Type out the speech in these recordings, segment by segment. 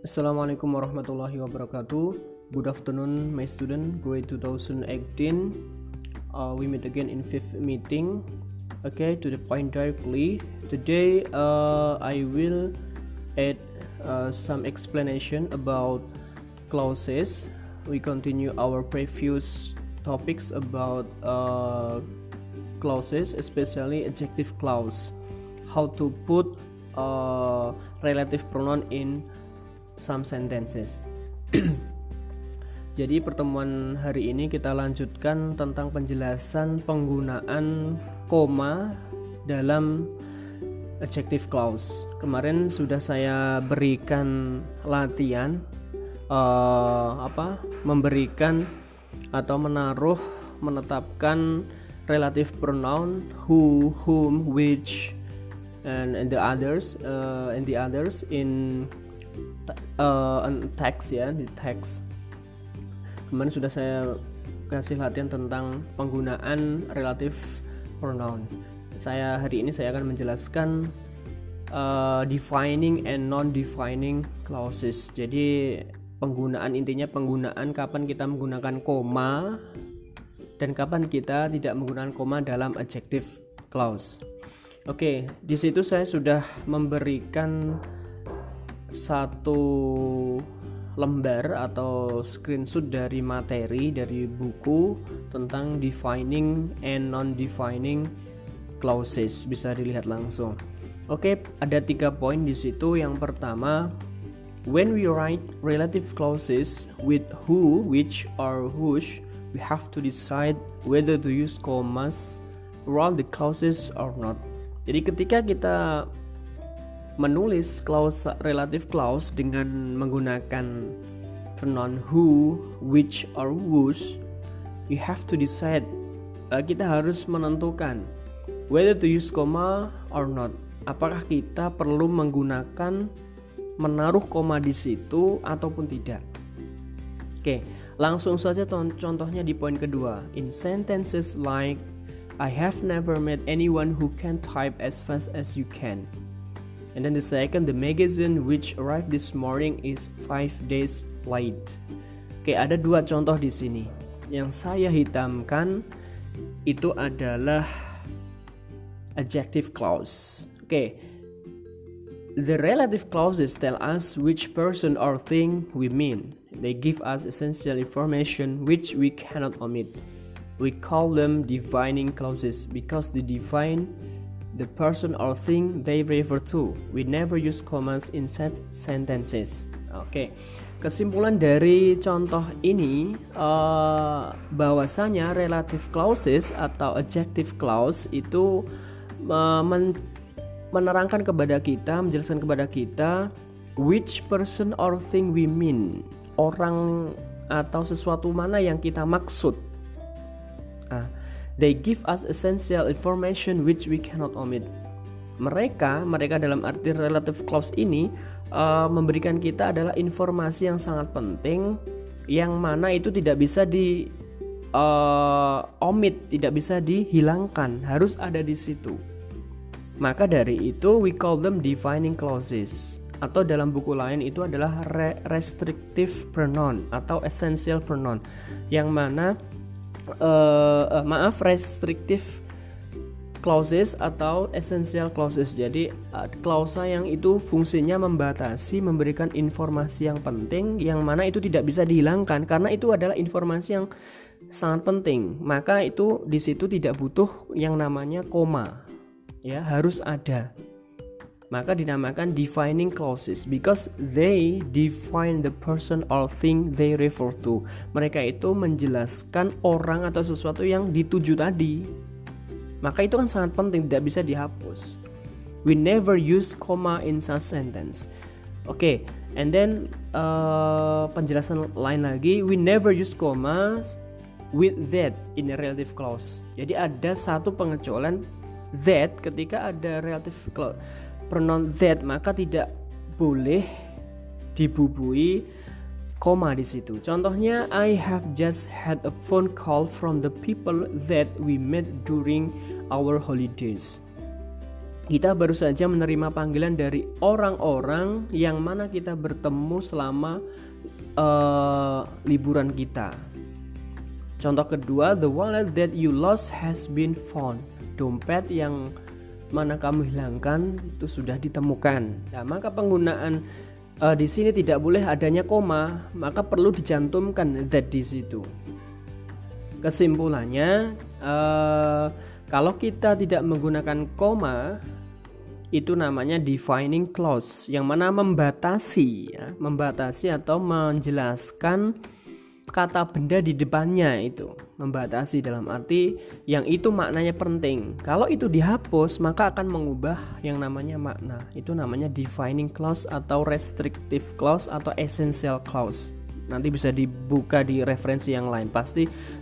Assalamualaikum warahmatullahi wabarakatuh. Good afternoon, my student, grade 2018. We meet again in fifth meeting. Okay, to the point directly. Today, I will add some explanation about clauses. We continue our previous topics about clauses, especially adjective clause. How to put relative pronoun in some sentences. Jadi pertemuan hari ini kita lanjutkan tentang penjelasan penggunaan koma dalam adjective clause. Kemarin sudah saya berikan latihan memberikan atau menetapkan relative pronoun who, whom, which, and the others in text ya, di teks. Kemarin sudah saya kasih latihan tentang penggunaan relative pronoun. Hari ini saya akan menjelaskan defining and non-defining clauses. Jadi intinya penggunaan kapan kita menggunakan koma dan kapan kita tidak menggunakan koma dalam adjective clause. Oke, di situ saya sudah memberikan satu lembar atau screenshot dari materi dari buku tentang defining and non-defining clauses, bisa dilihat langsung. Oke, ada 3 poin di situ. Yang pertama, when we write relative clauses with who, which, or whose, we have to decide whether to use commas around the clauses or not. Jadi ketika kita menulis relative clause dengan menggunakan pronoun who, which, or whose, we have to decide. Kita harus menentukan whether to use comma or not. Apakah kita perlu menaruh koma di situ ataupun tidak? Oke, langsung saja contohnya di poin kedua. In sentences like I have never met anyone who can type as fast as you can. And then the second, the magazine which arrived this morning is 5 days late. Oke, ada 2 contoh di sini. Yang saya hitamkan itu adalah adjective clause. Oke. The relative clauses tell us which person or thing we mean. They give us essential information which we cannot omit. We call them defining clauses because they define the person or thing they refer to. We never use commas in such sentences. Oke. Kesimpulan dari contoh ini bahwasanya relative clauses atau adjective clause itu menjelaskan kepada kita which person or thing we mean. Orang atau sesuatu mana yang kita maksud. They give us essential information which we cannot omit. Mereka dalam arti relative clause ini memberikan kita adalah informasi yang sangat penting, yang mana itu tidak bisa omit, tidak bisa dihilangkan, harus ada di situ. Maka dari itu we call them defining clauses, atau dalam buku lain itu adalah restrictive pronoun atau essential pronoun, yang mana restrictive clauses atau essential clauses. Jadi klausa yang itu fungsinya membatasi, memberikan informasi yang penting, yang mana itu tidak bisa dihilangkan karena itu adalah informasi yang sangat penting. Maka itu di situ tidak butuh yang namanya koma, ya, harus ada. Maka dinamakan defining clauses because they define the person or thing they refer to. Mereka itu menjelaskan orang atau sesuatu yang dituju tadi. Maka itu kan sangat penting, tidak bisa dihapus. We never use comma in such sentence. Oke, and then penjelasan lain lagi, we never use commas with that in a relative clause. Jadi ada satu pengecualian that ketika ada relative clause. Pronoun that, maka tidak boleh dibubui koma di situ. Contohnya, I have just had a phone call from the people that we met during our holidays. kita baru saja menerima panggilan dari orang-orang yang mana kita bertemu selama liburan kita. Contoh kedua, the wallet that you lost has been found. Dompet yang mana kamu hilangkan itu sudah ditemukan. Nah, maka penggunaan di sini tidak boleh adanya koma, maka perlu dicantumkan that di situ. Kesimpulannya, kalau kita tidak menggunakan koma, itu namanya defining clause, yang mana membatasi atau menjelaskan kata benda di depannya. Itu membatasi dalam arti yang itu maknanya penting. Kalau itu dihapus, maka akan mengubah yang namanya makna. Itu namanya defining clause atau restrictive clause atau essential clause. Nanti bisa dibuka di referensi yang lain, pasti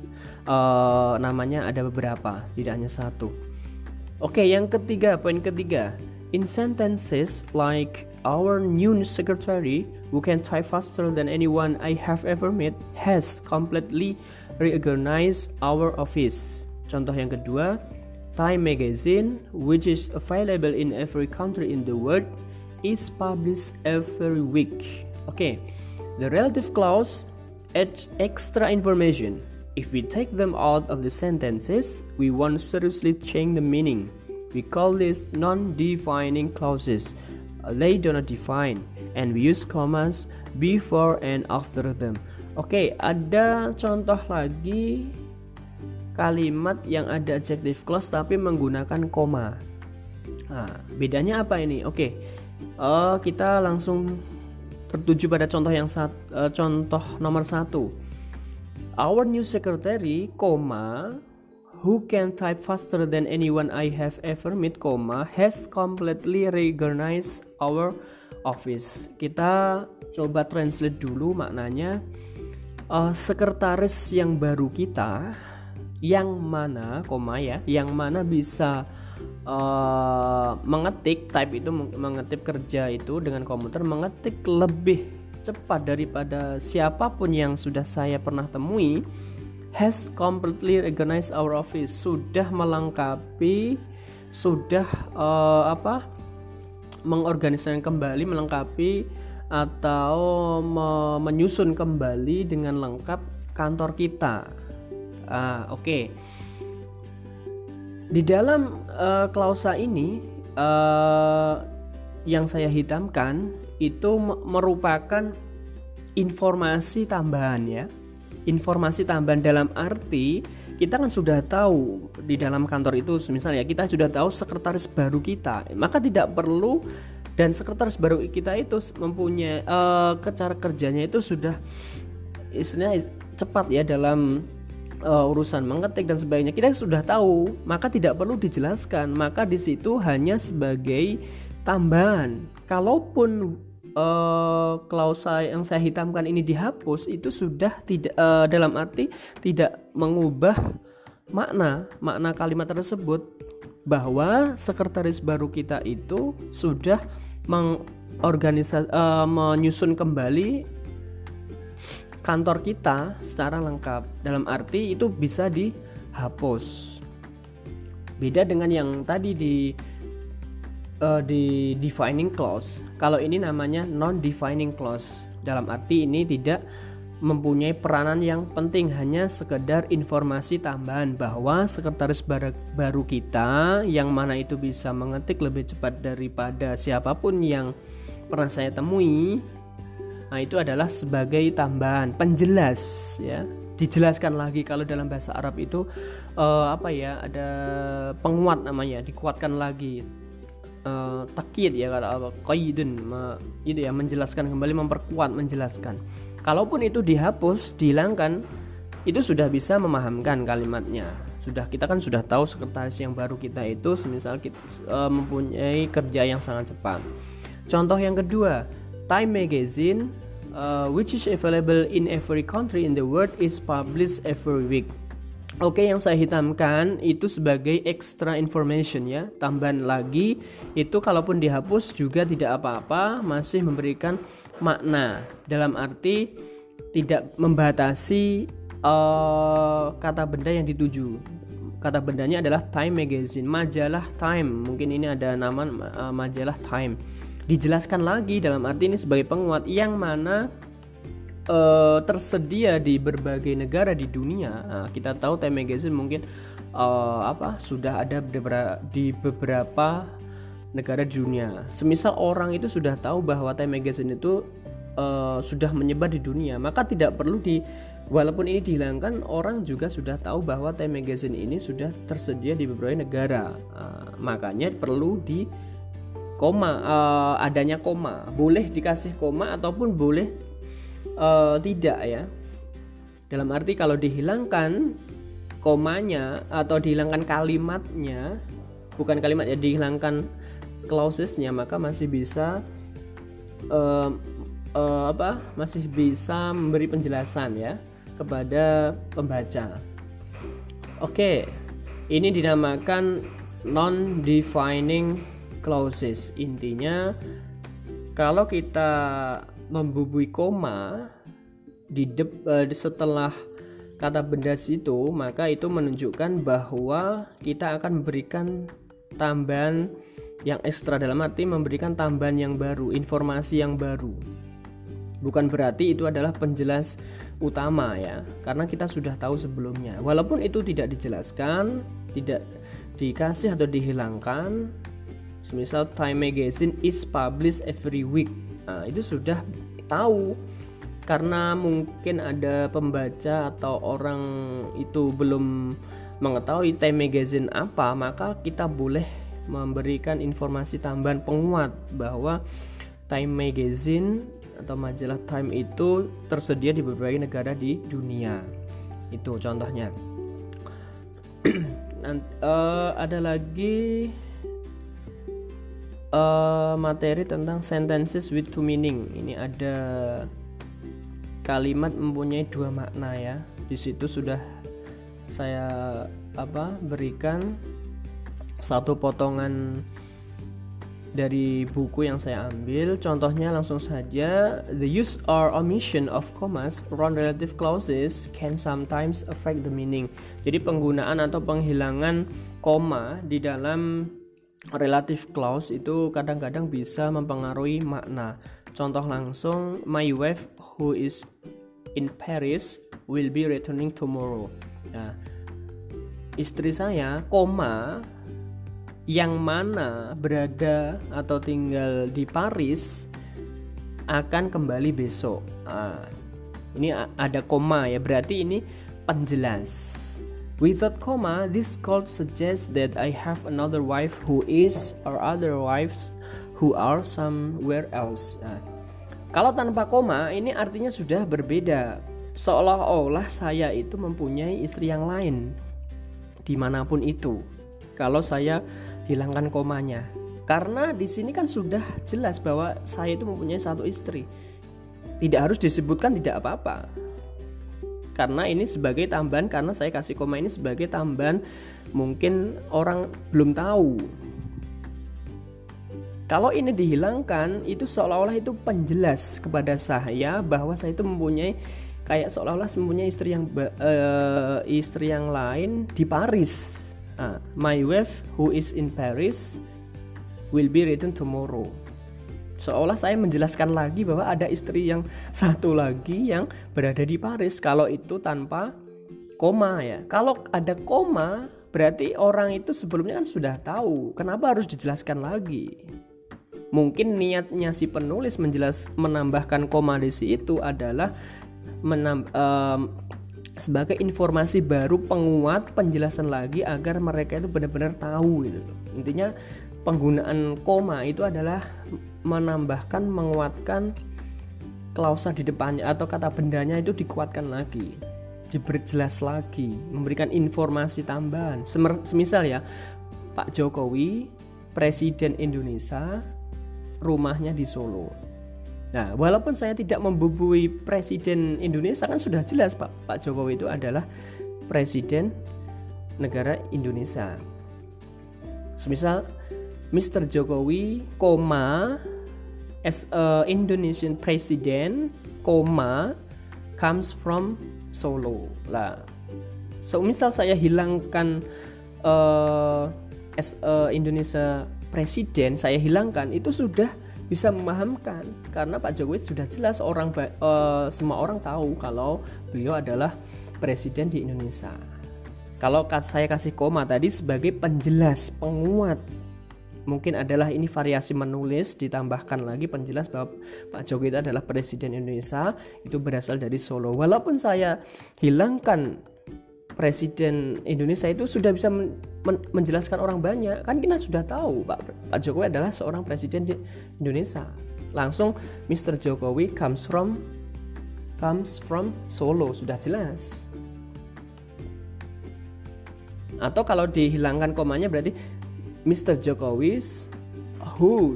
namanya ada beberapa, tidak hanya satu. Oke, yang ketiga, poin ketiga. In sentences like our new secretary, who can type faster than anyone I have ever met, has completely reorganized our office. Contoh yang kedua, Time magazine, which is available in every country in the world, is published every week. Okay, the relative clause adds extra information. If we take them out of the sentences, we won't seriously change the meaning. We call this non-defining clauses. They do not define, and we use commas before and after them. Oke, ada contoh lagi kalimat yang ada adjective clause tapi menggunakan koma. Nah, bedanya apa ini? Oke, kita langsung tertuju pada contoh contoh nomor 1. Our new secretary, who can type faster than anyone I have ever met, has completely reorganized our office. Kita coba translate dulu maknanya. Sekretaris yang baru kita, yang mana, yang mana bisa mengetik, type itu mengetik kerja itu dengan komputer, mengetik lebih cepat daripada siapapun yang sudah saya pernah temui, has completely organized our office, sudah melengkapi, mengorganisasikan kembali, melengkapi atau menyusun kembali dengan lengkap kantor kita. Oke. Di dalam klausa ini yang saya hitamkan itu merupakan informasi tambahan ya. Informasi tambahan dalam arti kita kan sudah tahu di dalam kantor itu, misalnya kita sudah tahu sekretaris baru kita, maka tidak perlu, dan sekretaris baru kita itu mempunyai cara kerjanya itu sudah istilahnya cepat ya dalam urusan mengetik dan sebagainya, kita sudah tahu, maka tidak perlu dijelaskan, maka di situ hanya sebagai tambahan. Kalaupun klausa yang saya hitamkan ini dihapus, itu sudah tidak dalam arti tidak mengubah makna kalimat tersebut, bahwa sekretaris baru kita itu sudah menyusun kembali kantor kita secara lengkap. Dalam arti itu bisa dihapus. Beda dengan yang tadi di defining clause. Kalau ini namanya non-defining clause. Dalam arti ini tidak mempunyai peranan yang penting, hanya sekedar informasi tambahan bahwa sekretaris baru kita yang mana itu bisa mengetik lebih cepat daripada siapapun yang pernah saya temui. Nah, itu adalah sebagai tambahan penjelas ya. Dijelaskan lagi, kalau dalam bahasa Arab itu ada penguat namanya, dikuatkan lagi. Takyid ya, kalau qaidun itu ya, menjelaskan kembali, memperkuat, menjelaskan. Kalaupun itu dihapus, dihilangkan, itu sudah bisa memahamkan kalimatnya. Kita kan sudah tahu sekretaris yang baru kita itu semisal kita mempunyai kerja yang sangat cepat. Contoh yang kedua, Time magazine, which is available in every country in the world, is published every week. Oke, yang saya hitamkan itu sebagai extra information ya, tambahan lagi. Itu kalaupun dihapus juga tidak apa-apa, masih memberikan makna. Dalam arti tidak membatasi kata benda yang dituju. kata bendanya adalah Time Magazine, majalah Time. Mungkin ini ada nama majalah Time. Dijelaskan lagi dalam arti ini sebagai penguat yang mana tersedia di berbagai negara di dunia. Nah, kita tahu Time Magazine mungkin sudah ada di beberapa negara di dunia. Semisal orang itu sudah tahu bahwa Time Magazine itu sudah menyebar di dunia, maka tidak perlu walaupun ini dihilangkan, orang juga sudah tahu bahwa Time Magazine ini sudah tersedia di beberapa negara. Makanya perlu adanya koma. Boleh dikasih koma ataupun boleh tidak ya. Dalam arti kalau dihilangkan komanya atau dihilangkan kalimatnya, bukan kalimat ya, dihilangkan clausesnya, maka masih bisa masih bisa memberi penjelasan ya kepada pembaca. Oke, ini dinamakan non-defining clauses. Intinya kalau kita membubui koma setelah kata benda situ, maka itu menunjukkan bahwa kita akan memberikan tambahan yang ekstra, dalam arti memberikan tambahan yang baru, informasi yang baru. Bukan berarti itu adalah penjelas utama ya, karena kita sudah tahu sebelumnya. Walaupun itu tidak dijelaskan, tidak dikasih atau dihilangkan. Misal Time Magazine is published every week. Nah, itu sudah tahu. Karena mungkin ada pembaca atau orang itu belum mengetahui Time Magazine apa, maka kita boleh memberikan informasi tambahan penguat bahwa Time Magazine atau majalah Time itu tersedia di berbagai negara di dunia. Itu contohnya. Ada lagi materi tentang sentences with two meaning. Ini ada kalimat mempunyai dua makna ya. Di situ sudah saya berikan satu potongan dari buku yang saya ambil. Contohnya langsung saja, the use or omission of commas around relative clauses can sometimes affect the meaning. Jadi penggunaan atau penghilangan koma di dalam relative clause itu kadang-kadang bisa mempengaruhi makna. Contoh langsung, my wife who is in Paris will be returning tomorrow. Nah, istri saya, koma, yang mana berada atau tinggal di Paris akan kembali besok. Nah, ini ada koma ya, berarti ini penjelas. Without comma, this clause suggests that I have another wife who is, or other wives who are somewhere else. Nah, kalau tanpa koma, ini artinya sudah berbeda. Seolah-olah saya itu mempunyai istri yang lain dimanapun itu. Kalau saya hilangkan komanya, karena di sini kan sudah jelas bahwa saya itu mempunyai satu istri. Tidak harus disebutkan, tidak apa-apa. Karena ini sebagai tambahan, karena saya kasih koma ini sebagai tambahan, mungkin orang belum tahu. Kalau ini dihilangkan, itu seolah-olah itu penjelas kepada saya bahwa saya itu mempunyai, kayak seolah-olah mempunyai istri yang lain di Paris. My wife who is in Paris will be returned tomorrow. Seolah saya menjelaskan lagi bahwa ada istri yang satu lagi yang berada di Paris. Kalau itu tanpa koma ya. Kalau ada koma, berarti orang itu sebelumnya kan sudah tahu. Kenapa harus dijelaskan lagi? Mungkin niatnya si penulis menambahkan koma di situ adalah sebagai informasi baru, penguat, penjelasan lagi agar mereka itu benar-benar tahu gitu. Intinya penggunaan koma itu adalah menambahkan, menguatkan klausa di depannya atau kata bendanya itu dikuatkan lagi, diperjelas lagi, memberikan informasi tambahan. Semisal ya, Pak Jokowi, Presiden Indonesia, rumahnya di Solo. Nah, walaupun saya tidak membubui Presiden Indonesia, kan sudah jelas Pak Jokowi itu adalah Presiden negara Indonesia. Semisal Mr. Jokowi, as a Indonesian President, comes from Solo. Lah, misal saya hilangkan as Indonesia presiden saya hilangkan, itu sudah bisa memahamkan, karena Pak Jokowi sudah jelas semua orang tahu kalau beliau adalah presiden di Indonesia. Kalau saya kasih koma tadi sebagai penjelas, penguat, mungkin adalah ini variasi menulis, ditambahkan lagi penjelas bahwa Pak Jokowi itu adalah presiden Indonesia, itu berasal dari Solo. Walaupun saya hilangkan presiden Indonesia, itu sudah bisa menjelaskan orang banyak, kan kita sudah tahu Pak Jokowi adalah seorang presiden di Indonesia. Langsung Mr. Jokowi comes from Solo, sudah jelas. Atau kalau dihilangkan komanya berarti Mr. Jokowi's who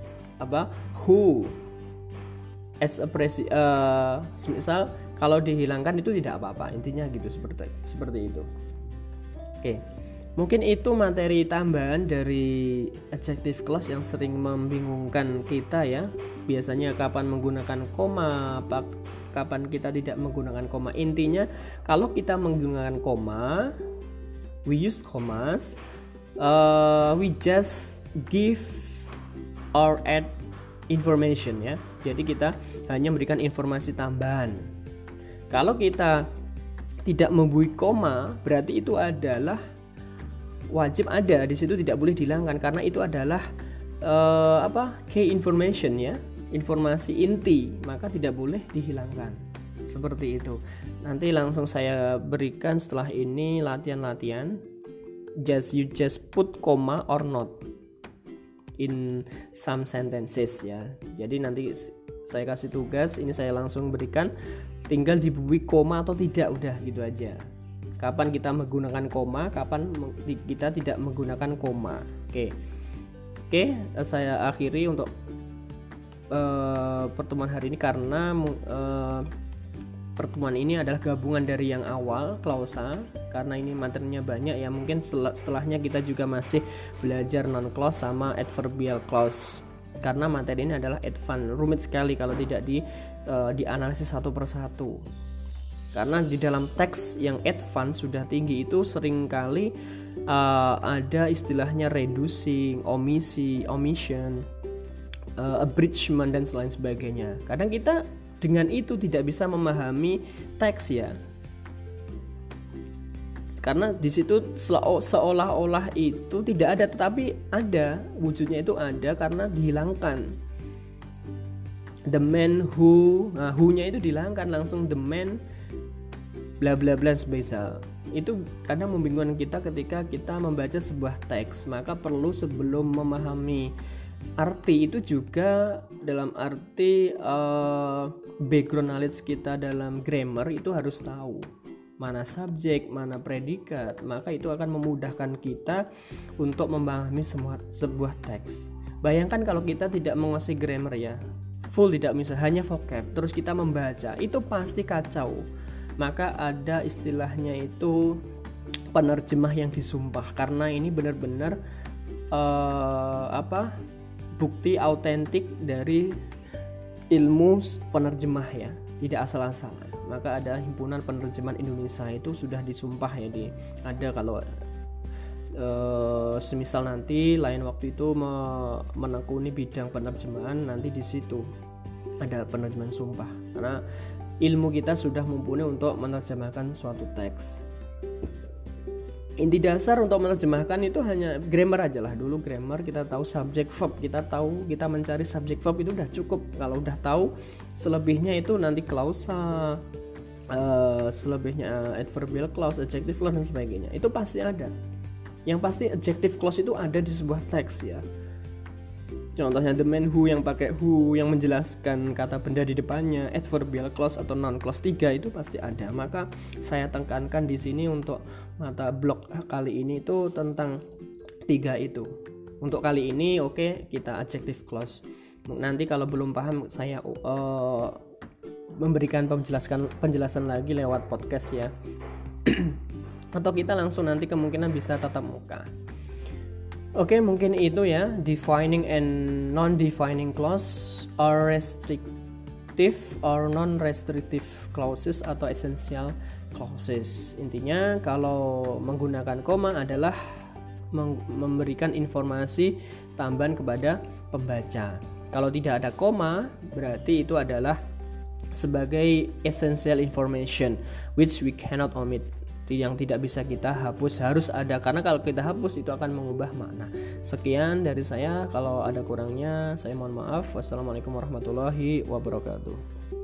as a president, misal kalau dihilangkan itu tidak apa-apa, intinya gitu, seperti itu. Oke. Mungkin itu materi tambahan dari adjective clause yang sering membingungkan kita ya. Biasanya kapan menggunakan koma, kapan kita tidak menggunakan koma. Intinya kalau kita menggunakan koma, we use commas, we just give or add information ya. Jadi kita hanya memberikan informasi tambahan. Kalau kita tidak membuat koma, berarti itu adalah wajib ada di situ, tidak boleh dihilangkan karena itu adalah key information ya, informasi inti, maka tidak boleh dihilangkan. Seperti itu. Nanti langsung saya berikan setelah ini latihan-latihan. You just put comma or not in some sentences ya. Jadi nanti saya kasih tugas, ini saya langsung berikan, tinggal diberi koma atau tidak, udah gitu aja. Kapan kita menggunakan koma, kapan kita tidak menggunakan koma. Oke, saya akhiri untuk pertemuan hari ini karena pertemuan ini adalah gabungan dari yang awal klausa, karena ini materinya banyak ya. Mungkin setelahnya kita juga masih belajar non clause sama adverbial clause, karena materi ini adalah advance, rumit sekali kalau tidak dianalisis satu persatu. Karena di dalam teks yang advance sudah tinggi itu seringkali ada istilahnya reducing, omission, abridgment dan lain sebagainya. Kadang kita dengan itu tidak bisa memahami teks ya. Karena di situ seolah-olah itu tidak ada, tetapi ada, wujudnya itu ada karena dihilangkan. The man who-nya itu dihilangkan, langsung the man bla bla bla sebagainya. Itu kadang membingungkan kita ketika kita membaca sebuah teks. Maka perlu sebelum memahami arti itu juga dalam arti background knowledge kita dalam grammar itu harus tahu mana subjek, mana predikat. Maka itu akan memudahkan kita untuk memahami sebuah teks. Bayangkan kalau kita tidak menguasai grammar ya, full tidak bisa, hanya vocab, terus kita membaca, itu pasti kacau. Maka ada istilahnya itu penerjemah yang disumpah, karena ini benar-benar bukti autentik dari ilmu penerjemah ya, tidak asal-asalan. Maka ada himpunan penerjemahan Indonesia itu sudah disumpah ya, ada kalau semisal nanti lain waktu itu menekuni bidang penerjemahan, nanti di situ ada penerjemahan sumpah, karena ilmu kita sudah mumpuni untuk menerjemahkan suatu teks. Inti dasar untuk menerjemahkan itu hanya grammar aja lah. Dulu grammar kita tahu subject verb, kita mencari subject verb itu udah cukup. Kalau udah tahu, selebihnya itu nanti klausa, selebihnya adverbial clause, adjective clause dan sebagainya. Itu pasti ada. Yang pasti adjective clause itu ada di sebuah teks ya. Contohnya the man who yang pakai who yang menjelaskan kata benda di depannya, adverbial clause atau noun clause 3 itu pasti ada. Maka saya tekankan di sini untuk mata blok kali ini itu tentang 3 itu. Untuk kali ini kita adjective clause. Nanti kalau belum paham saya memberikan penjelasan lagi lewat podcast ya. Atau kita langsung nanti kemungkinan bisa tatap muka. Mungkin itu ya, defining and non-defining clause, or restrictive or non-restrictive clauses atau essential clauses. Intinya kalau menggunakan koma adalah memberikan informasi tambahan kepada pembaca. Kalau tidak ada koma, berarti itu adalah sebagai essential information which we cannot omit, yang tidak bisa kita hapus, harus ada, karena kalau kita hapus itu akan mengubah makna. Sekian dari saya, kalau ada kurangnya saya mohon maaf. Wassalamualaikum warahmatullahi wabarakatuh.